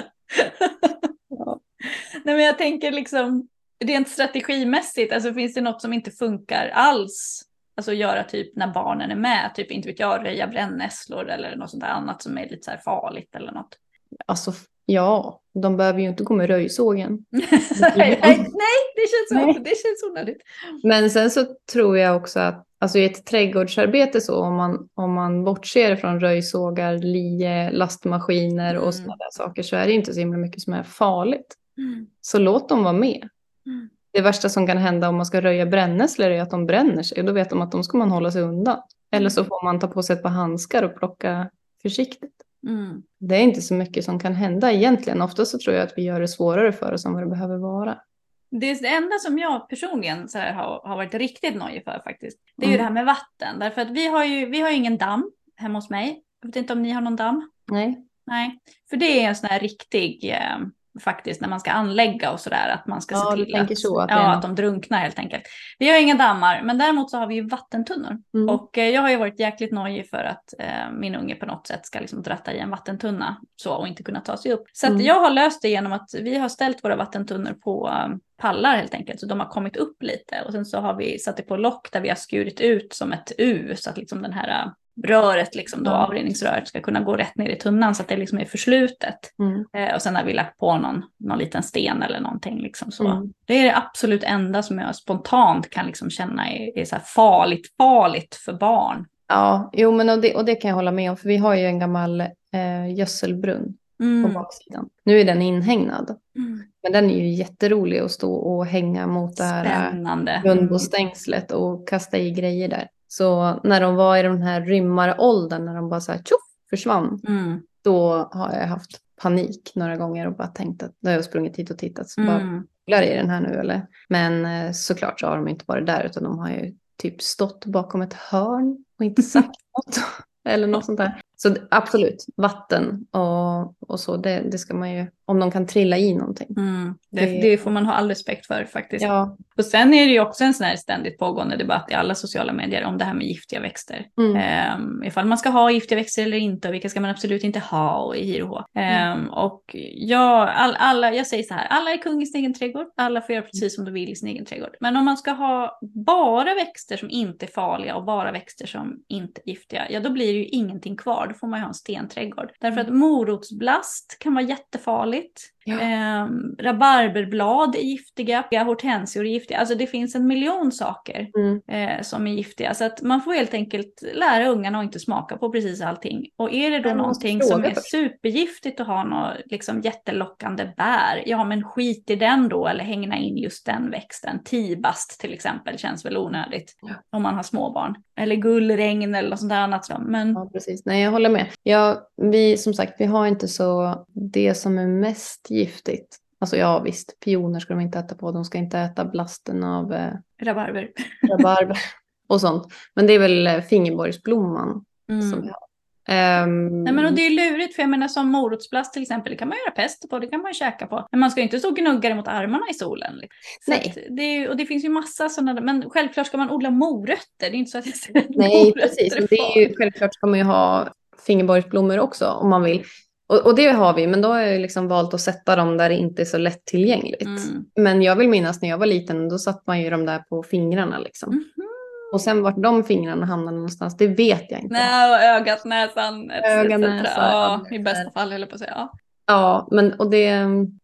Ja. Nej, men jag tänker liksom rent strategimässigt. Alltså finns det något som inte funkar alls? Alltså göra typ när barnen är med. Typ inte vet jag, röja brännässlor eller något sånt där annat som är lite så här farligt eller något. Alltså, ja. De behöver ju inte gå med röjsågen. nej, nej, det känns, Nej. det känns onödigt. Men sen så tror jag också att alltså i ett trädgårdsarbete så om man, om man bortser från röjsågar, lie, lastmaskiner och Mm. sådana där saker så är det inte så himla mycket som är farligt. Mm. Så låt dem vara med. Mm. Det värsta som kan hända om man ska röja brännässlor är att de bränner sig. Då vet de att de ska man hålla sig undan. Eller så får man ta på sig ett par handskar och plocka försiktigt. Mm. Det är inte så mycket som kan hända egentligen. Ofta så tror jag att vi gör det svårare för oss än vad det behöver vara. Det är det enda som jag personligen så här har, har varit riktigt nöjd för faktiskt. Det är Mm. ju det här med vatten. Därför att vi har ju vi har ju ingen damm hemma hos mig. Jag vet inte om ni har någon damm. Nej. Nej, för det är en sån här riktig, eh, faktiskt när man ska anlägga och sådär, att man ska Ja, se du till tänker att, så, att det ja, är att något- de drunknar helt enkelt. Vi har inga dammar, men däremot så har vi ju vattentunnor. Mm. Och eh, jag har ju varit jäkligt nojig för att eh, min unge på något sätt ska liksom dratta i en vattentunna så, och inte kunna ta sig upp. Så att Mm. jag har löst det genom att vi har ställt våra vattentunnor på eh, pallar helt enkelt, så de har kommit upp lite. Och sen så har vi satt det på lock där vi har skurit ut som ett U, så att liksom den här eh, röret, liksom då, Ja. avrinningsröret ska kunna gå rätt ner i tunnan så att det liksom är förslutet. Mm. Eh, och sen har vi lagt på någon, någon liten sten eller någonting. Liksom så. Mm. Det är det absolut enda som jag spontant kan liksom känna är, är så här farligt, farligt för barn. Ja, jo men och det, och det kan jag hålla med om. För vi har ju en gammal eh, gödselbrunn på Mm. baksidan. Nu är den inhägnad. Mm. Men den är ju jätterolig att stå och hänga mot det här Spännande. gunbostängslet och kasta i grejer där. Så när de var i den här rymmaråldern, när de bara så här tjoff försvann, Mm. då har jag haft panik några gånger och bara tänkt att då har jag sprungit hit och tittat. Så bara, Mm. är i den här nu eller? Men eh, såklart så har de inte varit där utan de har ju typ stått bakom ett hörn och inte sagt något. Eller något sånt där. Så det- absolut, vatten och, och så, det, det ska man ju, om de kan trilla i någonting. Mm. Det, Det- det får man ha all respekt för faktiskt. Ja. Och sen är det ju också en sån här ständigt pågående debatt i alla sociala medier om det här med giftiga växter. Mm. Um, ifall man ska ha giftiga växter eller inte och vilka ska man absolut inte ha och i hir och hå. Um, och jag, all, alla, jag säger så här, alla är kung i sin egen trädgård, alla får göra precis som de vill i sin egen trädgård. Men om man ska ha bara växter som inte är farliga och bara växter som inte är giftiga, ja då blir det ju ingenting kvar, då får man ju ha en stenträdgård. Därför att morotsblast kan vara jättefarligt. Ja. Eh, rabarberblad är giftiga, hortensior är giftiga. Alltså det finns en miljon saker Mm. eh, som är giftiga. Så att man får helt enkelt lära ungarna att inte smaka på precis allting. Och är det då Men man måste någonting som fråga är först. supergiftigt att ha något liksom jättelockande bär, ja men skit i den då eller hängna in just den växten. Tibast till exempel känns väl onödigt Ja. om man har småbarn. Eller gullregn eller något sånt där annat. då. Men Ja, precis. Nej, jag håller med. Ja, vi, som sagt, vi har inte så det som är mest giftigt. Alltså ja, visst, pioner ska de inte äta på. De ska inte äta blasten av eh, rabarber. rabarber och sånt. Men det är väl eh, fingerborgsblomman Mm. som vi har. Ehm, Nej, men och det är lurigt, för jag menar som morotsblast till exempel, det kan man göra pest på, det kan man käka på. Men man ska ju inte stå och gnugga det mot armarna i solen. Liksom. Så Nej. att det är, ju- och det finns ju massa sådana, men självklart ska man odla morötter. Det är inte så att jag säger att Nej, morötter precis. är Men det är ju, farligt. självklart ska man ju ha fingerborgsblommor också om man vill. Och, och det har vi, men då har jag ju liksom valt att sätta dem där det inte är så lättillgängligt. Mm. Men jag vill minnas när jag var liten, då satt man ju dem där på fingrarna liksom. Mhm. Och sen vart de fingrarna hamnade någonstans, det vet jag inte. Nej, och ögat, näsan, et Öga, cetera. näsa, Ja, ja, i bästa fall höll jag på att säga. Ja. Ja, men och det,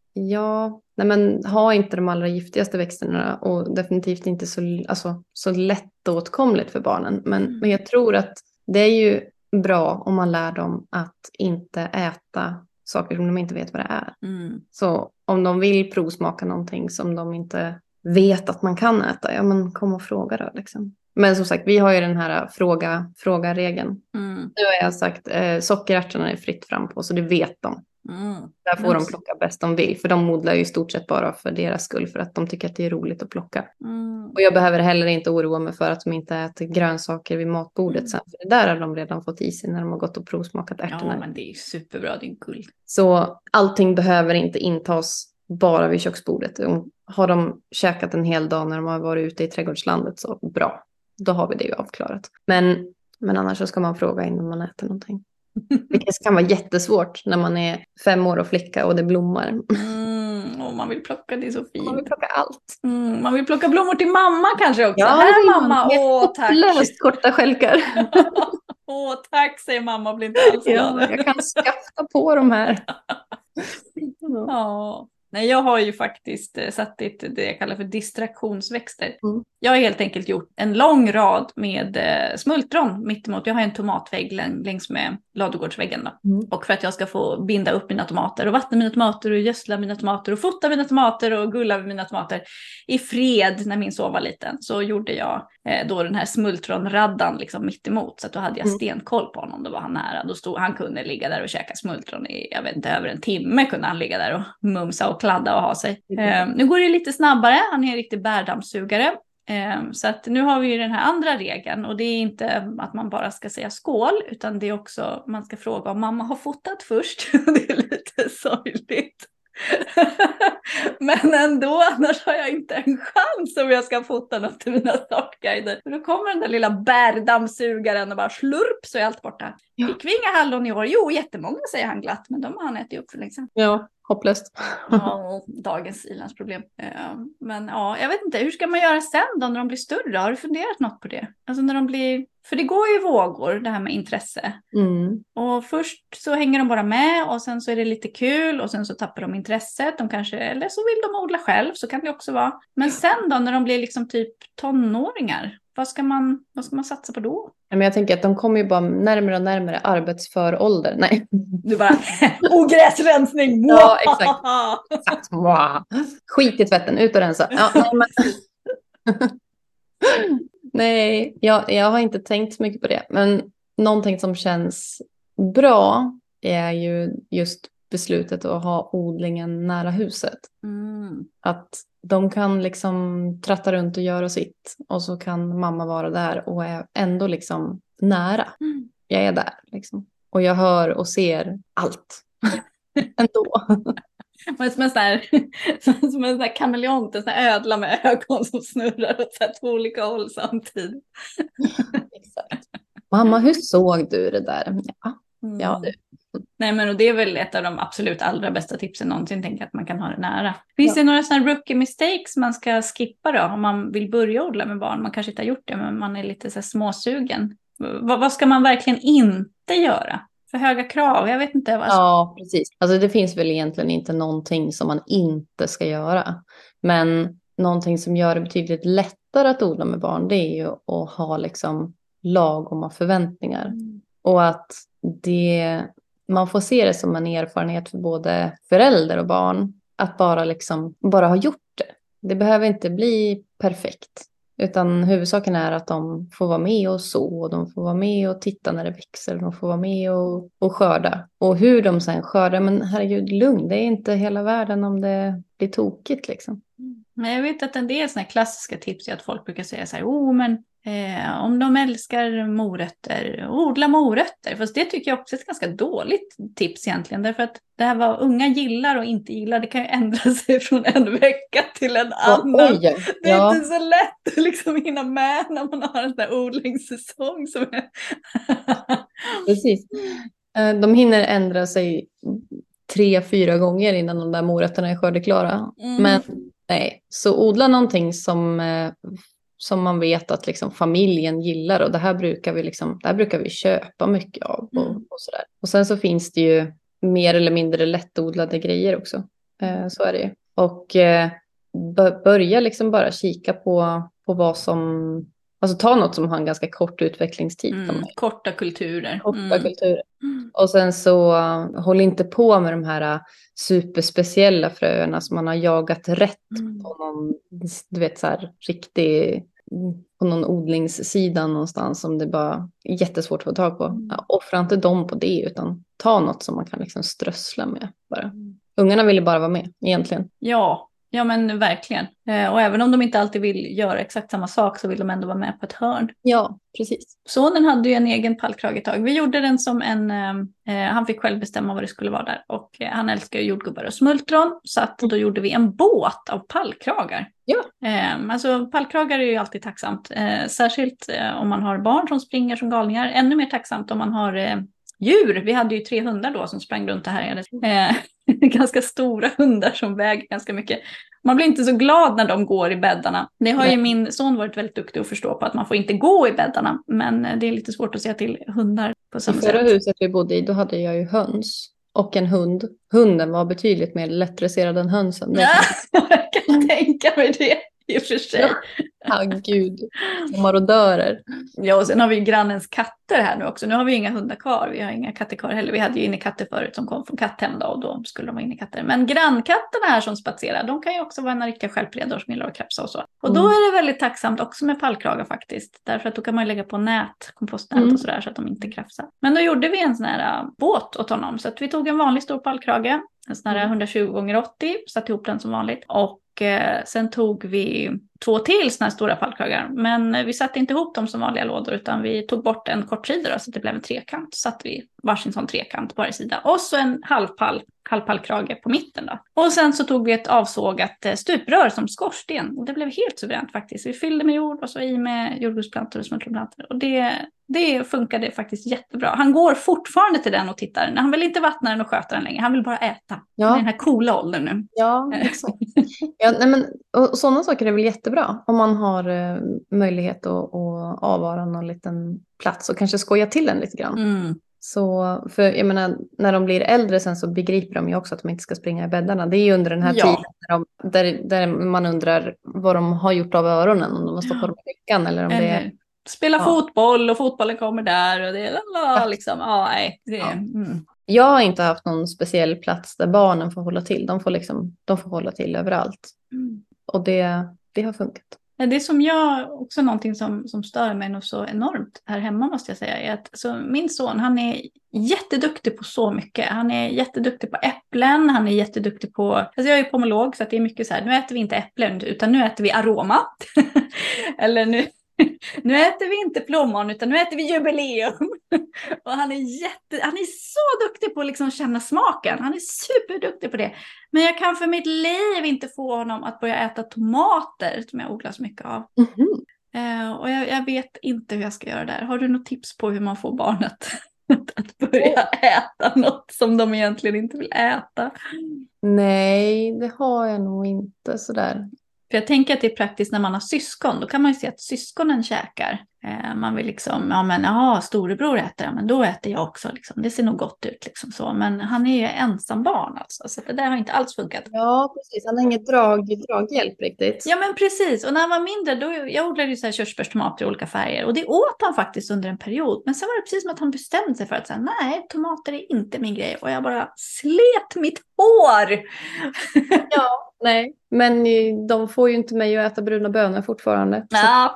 ja, nej men ha inte de allra giftigaste växterna och definitivt inte så, alltså, så lättåtkomligt för barnen. Men, Mm. men jag tror att det är ju bra om man lär dem att inte äta saker som de inte vet vad det är. Mm. Så om de vill provsmaka någonting som de inte vet att man kan äta, ja men kom och fråga då liksom. Men som sagt, vi har ju den här fråga, fråga-regeln. Mm. Nu har jag sagt, eh, sockerärtorna är fritt fram på, så det vet de. Mm. Där får de plocka bäst de vill. För de odlar ju i stort sett bara för deras skull. För att de tycker att det är roligt att plocka. Mm. Och jag behöver heller inte oroa mig för att de inte äter grönsaker vid matbordet Mm. sen. För det där har de redan fått i sig när de har gått och provsmakat ärtorna. Ja, men det är ju superbra, det är guld. Så allting behöver inte intas bara vid köksbordet. Har de käkat en hel dag när de har varit ute i trädgårdslandet, så bra. Då har vi det ju avklarat. Men, men annars så ska man fråga innan man äter någonting. Vilket kan vara jättesvårt när man är fem år och flicka och det blommar. Mm, och man vill plocka, det är så fint. Man vill plocka allt. Mm, man vill plocka blommor till mamma kanske också. Ja, Här mamma, åh tack. Löst korta skälkar. Åh tack, säger mamma och blir inte alls glad. Ja, jag kan skaffa på de här. Ja. Ja. Nej, jag har ju faktiskt eh, satt dit det jag kallar för distraktionsväxter. Mm. Jag har helt enkelt gjort en lång rad med eh, smultron mittemot. Jag har en tomatvägg läng- längs med ladugårdsväggen då. Mm. Och för att jag ska få binda upp mina tomater och vattna mina tomater och gödsla mina tomater och fota mina tomater och gulla med mina tomater i fred när min son var liten, så gjorde jag eh, då den här smultronraddan liksom mittemot. Så att då hade jag Mm. stenkoll på honom, då var han nära. Då stod, han kunde ligga där och käka smultron i, jag vet inte, över en timme kunde han ligga där och mumsa och kladda och ha sig. Eh, nu går det lite snabbare, han är en riktig bärdammsugare. Eh, så att nu har vi ju den här andra regeln, och det är inte att man bara ska säga skål, utan det är också, man ska fråga om mamma har fotat först. Det är lite sorgligt. Men ändå, annars har jag inte en chans om jag ska fota något till mina startguider. Då kommer den där lilla bärdammsugaren och bara slurp, så är allt borta. Ja. Fick vi inga hallon i år? Jo, jättemånga, säger han glatt, men de har han ätit upp för länge sedan. Ja, hopplöst. Ja, dagens ilandsproblem. Men ja, jag vet inte, hur ska man göra sen då när de blir större? Har du funderat något på det? Alltså när de blir, för det går ju i vågor det här med intresse. Mm. Och först så hänger de bara med och sen så är det lite kul och sen så tappar de intresset. De kanske, eller så vill de odla själv, så kan det också vara. Men sen då när de blir liksom typ tonåringar, vad ska man, vad ska man satsa på då? Men jag tänker att de kommer ju bara närmare och närmare arbetsför ålder. Nej. Du bara, ogräsrensning! Ja, exakt. Exakt. Wow. Skit i tvätten, ut och rensa. Ja, nej, men... nej jag, jag har inte tänkt så mycket på det. Men någonting som känns bra är ju just beslutet att ha odlingen nära huset. Mm. Att de kan liksom tratta runt och göra sitt. Och så kan mamma vara där och är ändå liksom nära. Mm. Jag är där liksom. Och jag hör och ser allt. Ändå. Som en sån här, som en sån här kameleont, en sån här ödla med ögon som snurrar åt så här två olika håll samtidigt. Exakt. Mamma, hur såg du det där? Ja, Mm. ja du. Nej, men och det är väl ett av de absolut allra bästa tipsen någonsin, tänker jag, att man kan ha det nära. Finns Ja. det några sådana rookie mistakes man ska skippa då om man vill börja odla med barn? Man kanske inte har gjort det, men man är lite så här småsugen. V- vad ska man verkligen inte göra? För höga krav, jag vet inte. Vad... Ja, precis. Alltså det finns väl egentligen inte någonting som man inte ska göra. Men någonting som gör det betydligt lättare att odla med barn, det är ju att ha liksom lagoma förväntningar. Mm. Och att det, man får se det som en erfarenhet för både förälder och barn. Att bara liksom, bara ha gjort det. Det behöver inte bli perfekt. Utan huvudsaken är att de får vara med och så. De får vara med och titta när det växer. De får vara med och, och skörda. Och hur de sen skördar, men herregud, lugn. Det är inte hela världen om det blir tokigt liksom. Men jag vet att en del såna här klassiska tips är att folk brukar säga så här, oh men eh, om de älskar morötter, odla morötter. Fast det tycker jag också är ett ganska dåligt tips egentligen. Därför att det här vad unga gillar och inte gillar, det kan ju ändra sig från en vecka till en annan. Oj, Det är ja. inte så lätt att liksom hinna med när man har en sån här odlingssäsong som är... Precis. Eh, De hinner ändra sig tre, fyra gånger innan de där morötterna är skördeklara. Mm. Men nej, så odla någonting som, eh, som man vet att liksom familjen gillar. Och det här brukar vi, liksom, det här brukar vi köpa mycket av. Och, Mm. och, sådär. Och sen så finns det ju mer eller mindre lättodlade grejer också. Eh, så är det ju. Och eh, b- börja liksom bara kika på, på vad som... alltså ta något som har en ganska kort utvecklingstid. Mm, korta kulturer. Korta Mm. kulturer. Och sen så uh, håll inte på med de här uh, superspeciella fröerna som man har jagat rätt Mm. på någon, du vet så här, riktig, på någon odlingssida någonstans som det bara är jättesvårt att få tag på. Mm. Ja, offra inte dem på det, utan ta något som man kan liksom strössla med bara. Ungarna vill ju bara vara med egentligen. Ja, ja men verkligen. Eh, och även om de inte alltid vill göra exakt samma sak så vill de ändå vara med på ett hörn. Ja, precis. Sonen hade ju en egen pallkrage ett tag. Vi gjorde den som en, eh, han fick själv bestämma vad det skulle vara där. Och eh, han älskar ju jordgubbar och smultron. Så att då gjorde vi en båt av pallkragar. Ja. Eh, alltså pallkragar är ju alltid tacksamt. Eh, särskilt eh, om man har barn som springer som galningar. Ännu mer tacksamt om man har eh, djur. Vi hade ju tre hundar då som sprang runt det här. Eh, ganska stora hundar som väger ganska mycket. Man blir inte så glad när de går i bäddarna. Det har ju min son varit väldigt duktig att förstå på, att man får inte gå i bäddarna. Men det är lite svårt att säga till hundar på samma sätt. I förra huset vi bodde i, då hade jag ju höns och en hund. Hunden var betydligt mer lättdresserad än hönsen. Ja, jag kan tänka mig det i och för sig. Ja, gud. Marodörer. Ja, och sen har vi ju grannens katter här nu också. Nu har vi inga hundar kvar. Vi har inga katter kvar heller. Vi hade ju innekatter förut som kom från katthem då, och då skulle de vara innekatter. Men grannkatterna här som spatserar, de kan ju också vara en riktiga självledare som gillar att krafsa och så. Och då Mm. är det väldigt tacksamt också med pallkragar faktiskt. Därför att då kan man ju lägga på nät, kompostnät Mm. och sådär så att de inte krafsar. Men då gjorde vi en sån här uh, båt åt honom. Så att vi tog en vanlig stor pallkrage. En sån här Mm. hundratjugo gånger åttio, satte ihop den som vanligt. Och eh, sen tog vi två till såna här stora pallkragar. Men eh, vi satte inte ihop dem som vanliga lådor, utan vi tog bort en kortsida då, så att det blev en trekant. Så satte vi varsin sån trekant på varje sida. Och så en halvpall, halvpallkrage på mitten då. Och sen så tog vi ett avsågat eh, stuprör som skorsten. Och det blev helt suveränt faktiskt. Vi fyllde med jord och så i med jordgubbsplantor och smultronplantor. Och det... Det funkade faktiskt jättebra. Han går fortfarande till den och tittar. Han vill inte vattna den och sköta den längre. Han vill bara äta. Ja. Han är den här coola åldern nu. Ja, exakt. Ja, nej, men, och sådana saker är väl jättebra. Om man har eh, möjlighet att, att avvara någon liten plats och kanske skoja till den lite grann. Mm. Så, för jag menar, när de blir äldre sen så begriper de ju också att de inte ska springa i bäddarna. Det är ju under den här Ja. tiden där, de, där, där man undrar vad de har gjort av öronen. Om de har stoppat dem i veckan eller om det är... Eller spela Ja. fotboll och fotbollen kommer där. Och det är Ja. liksom, ja, nej. Det, Ja. mm. Jag har inte haft någon speciell plats där barnen får hålla till. De får, liksom, de får hålla till överallt. Mm. Och det, det har funkat. Det som jag, också någonting som, som stör mig nog så enormt här hemma måste jag säga, är att så min son, han är jätteduktig på så mycket. Han är jätteduktig på äpplen, han är jätteduktig på, alltså jag är pomolog så att det är mycket så här, nu äter vi inte äpplen utan nu äter vi aroma. Eller nu, nu äter vi inte plommon utan nu äter vi jubileum. Och han är jätte, han är så duktig på att liksom känna smaken. Han är superduktig på det. Men jag kan för mitt liv inte få honom att börja äta tomater som jag odlar så mycket av. Mm-hmm. Eh, och jag, jag vet inte hur jag ska göra där. Har du något tips på hur man får barnet att börja äta något som de egentligen inte vill äta? Nej, det har jag nog inte sådär. För jag tänker att det är praktiskt när man har syskon. Då kan man ju se att syskonen käkar. Eh, man vill liksom, ja men jaha, storebror äter, ja, men då äter jag också. Liksom. Det ser nog gott ut liksom så. Men han är ju ensam barn alltså. Så det där har inte alls funkat. Ja, precis. Han har inget drag, draghjälp riktigt. Ja men precis. Och när han var mindre, då, jag odlade ju så här körsbärstomater i olika färger. Och det åt han faktiskt under en period. Men sen var det precis som att han bestämde sig för att säga, nej, tomater är inte min grej. Och jag bara slet mitt hår. Ja, nej. Men de får ju inte mig att äta bruna bönor fortfarande. Ja.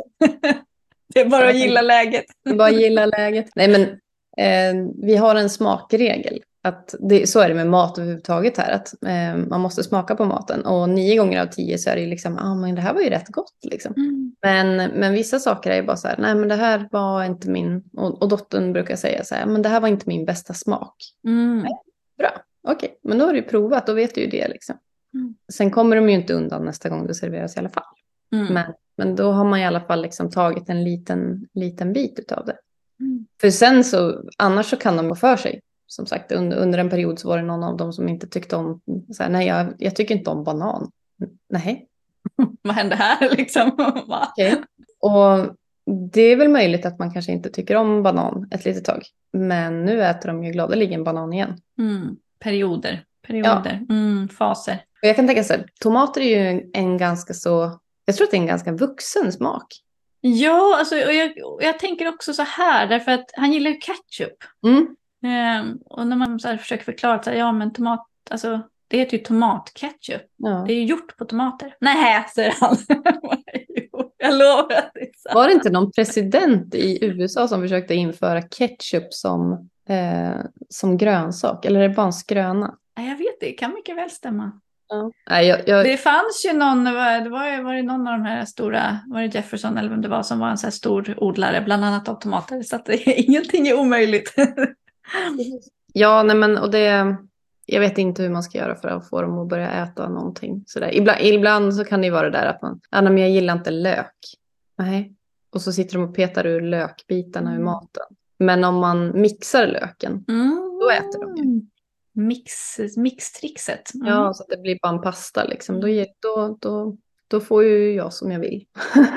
Det är bara att gilla läget. Det är bara att gilla läget. Nej, men eh, vi har en smakregel. Att det, så är det med mat överhuvudtaget här. Att eh, man måste smaka på maten. Och nio gånger av tio så är det ju liksom, ah, men det här var ju rätt gott liksom. Mm. Men, men vissa saker är ju bara så här, nej men det här var inte min, och, och dottern brukar säga så här, men det här var inte min bästa smak. Mm. Nej, bra, okej, okay. Men då har du provat, då vet du ju det liksom. Mm. Sen kommer de ju inte undan nästa gång det serveras i alla fall. Mm. Men, men då har man i alla fall liksom tagit en liten, liten bit utav det. Mm. För sen så, annars så kan de gå för sig. Som sagt, under, under en period så var det någon av dem som inte tyckte om, så här, nej jag, jag tycker inte om banan. Nej. Vad hände här liksom? Okej. Okay. Och det är väl möjligt att man kanske inte tycker om banan ett litet tag. Men nu äter de ju gladeligen banan igen. Mm. Perioder. Perioder. Ja. Mm, faser. Och jag kan tänka så här, tomater är ju en, en ganska så, jag tror att det är en ganska vuxen smak. Ja, alltså, och jag, och jag tänker också så här, därför att han gillar ju ketchup. Mm. Ehm, och när man så här försöker förklara att ja, men tomat, alltså, det heter ju tomatketchup. Ja. Det är ju gjort på tomater. Nej, säger han. Jo, jag lovar att det är sant. Var det inte någon president i U S A som försökte införa ketchup som, eh, som grönsak? Eller är det bara en skröna? Nej, jag vet det. Det kan mycket väl stämma. Ja. Nej, jag, jag... Det fanns ju någon, det var, var det någon av de här stora, var det Jefferson eller vem det var, som var en så här stor odlare, bland annat av tomater. Så att det, ingenting är omöjligt. Ja, nej men och det... Jag vet inte hur man ska göra för att få dem att börja äta någonting. Sådär. Ibland, ibland så kan det ju vara det där att man... Ja, men jag gillar inte lök. Nej. Och så sitter de och petar ur lökbitarna mm. ur maten. Men om man mixar löken, mm. då äter de ju. Mix, mixtrixet. Mm. Ja, så att det blir bara en pasta liksom. Då, då, då, då får ju jag som jag vill.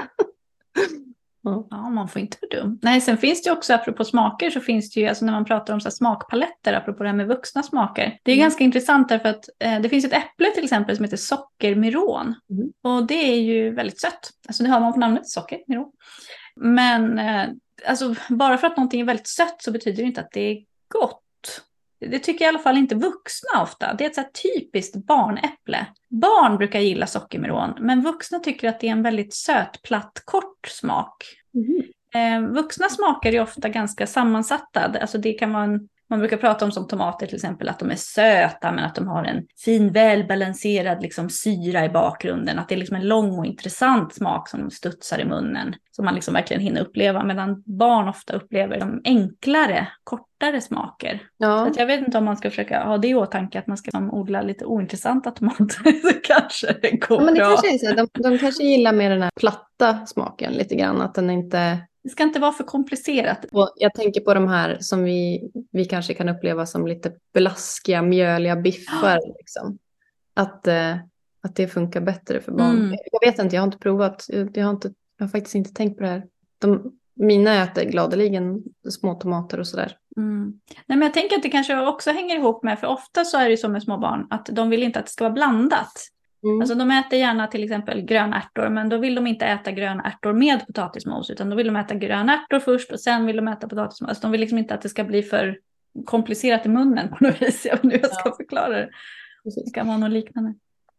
Ja. Ja, man får inte vara dum. Nej, sen finns det ju också, apropå smaker, så finns det ju, alltså när man pratar om så här smakpaletter, apropå det här med vuxna smaker. Det är mm. ganska intressant därför att eh, det finns ett äpple till exempel som heter sockermiron. Mm. Och det är ju väldigt sött. Alltså det hör man på namnet, sockermiron. Men eh, alltså, bara för att någonting är väldigt sött så betyder det inte att det är gott. Det tycker i alla fall inte vuxna ofta. Det är ett så här typiskt barnäpple. Barn brukar gilla sockermiron, men vuxna tycker att det är en väldigt söt, platt, kort smak. Mm. Eh, vuxna smaker är ofta ganska sammansatta. Alltså det kan vara en, man brukar prata om som tomater till exempel, att de är söta men att de har en fin, välbalanserad liksom, syra i bakgrunden. Att det är liksom en lång och intressant smak som studsar i munnen. Som man liksom verkligen hinner uppleva. Medan barn ofta upplever de enklare, kortare smaker. Ja. Så att jag vet inte om man ska försöka ha det i åtanke att man ska liksom, odla lite ointressanta tomater. Så kanske det går ja, men det bra. Kanske är så. De, de kanske gillar mer den här platta smaken lite grann. Att den inte... Det ska inte vara för komplicerat. Jag tänker på de här som vi, vi kanske kan uppleva som lite blaskiga, mjöliga biffar. Ja. Liksom. Att, eh, att det funkar bättre för barn. Mm. Jag vet inte, jag har inte provat. Jag har, inte, jag har faktiskt inte tänkt på det här. De, mina äter gladeligen små tomater och sådär. Mm. Nej, men jag tänker att det kanske också hänger ihop med, för ofta så är det ju som med små barn, att de vill inte att det ska vara blandat. Mm. Alltså de äter gärna till exempel grönärtor, men då vill de inte äta grönärtor med potatismos, utan då vill de äta grönärtor först och sen vill de äta potatismos. Alltså de vill liksom inte att det ska bli för komplicerat i munnen på något vis. Jag vet inte hur jag ska ja. förklara det. Precis. Det kan vara något liknande.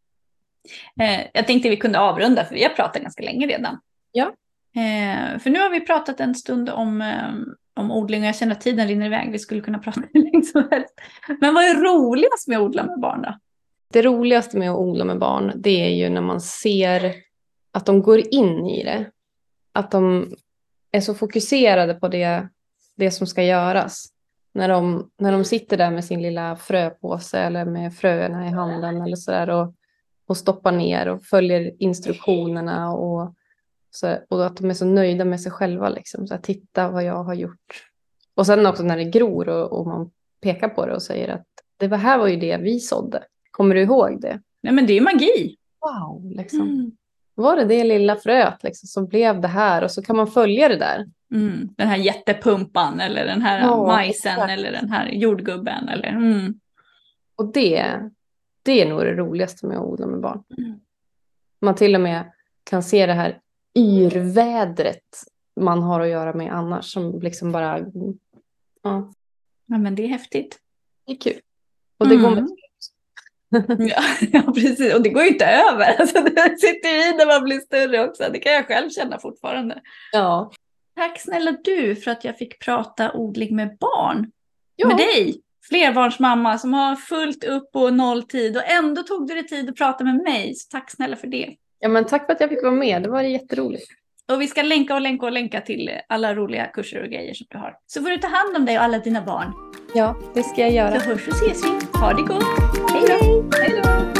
Eh, jag tänkte vi kunde avrunda, för vi har pratat ganska länge redan. Ja. Eh, för nu har vi pratat en stund om, eh, om odling och jag känner att tiden rinner iväg. Vi skulle kunna prata hur länge som helst. Men vad är roligast med att odla med barn då? Det roligaste med att odla med barn, det är ju när man ser att de går in i det. Att de är så fokuserade på det, det som ska göras. När de, när de sitter där med sin lilla fröpåse eller med fröerna i handen eller sådär och, och stoppar ner och följer instruktionerna och, så, och att de är så nöjda med sig själva. Liksom. Så här, titta vad jag har gjort. Och sen också när det gror och, och man pekar på det och säger att det var, här var ju det vi sådde. Kommer du ihåg det? Nej, men det är ju magi. Wow, liksom. Mm. Var det det lilla fröet liksom, som blev det här? Och så kan man följa det där. Mm. Den här jättepumpan eller den här ja, majsen exakt. Eller den här jordgubben. Eller, mm. Och det, det är nog det roligaste med att odla med barn. Mm. Man till och med kan se det här yrvädret man har att göra med annars. Som liksom bara... Ja, ja men det är häftigt. Det är kul. Och det mm. går med ja, ja, precis. Och det går ju inte över. Alltså, det sitter i när man blir större också. Det kan jag själv känna fortfarande. Ja. Tack snälla du för att jag fick prata odling med barn. Ja. Med dig. Flerbarnsmamma som har fullt upp och noll tid. Och ändå tog du dig tid att prata med mig. Så tack snälla för det. Ja, men tack för att jag fick vara med. Det var jätteroligt. Och vi ska länka och länka och länka till alla roliga kurser och grejer som du har. Så får du ta hand om dig och alla dina barn. Ja, det ska jag göra. Så hörs och ses vi. Ha det gott. Hej då. Hej då.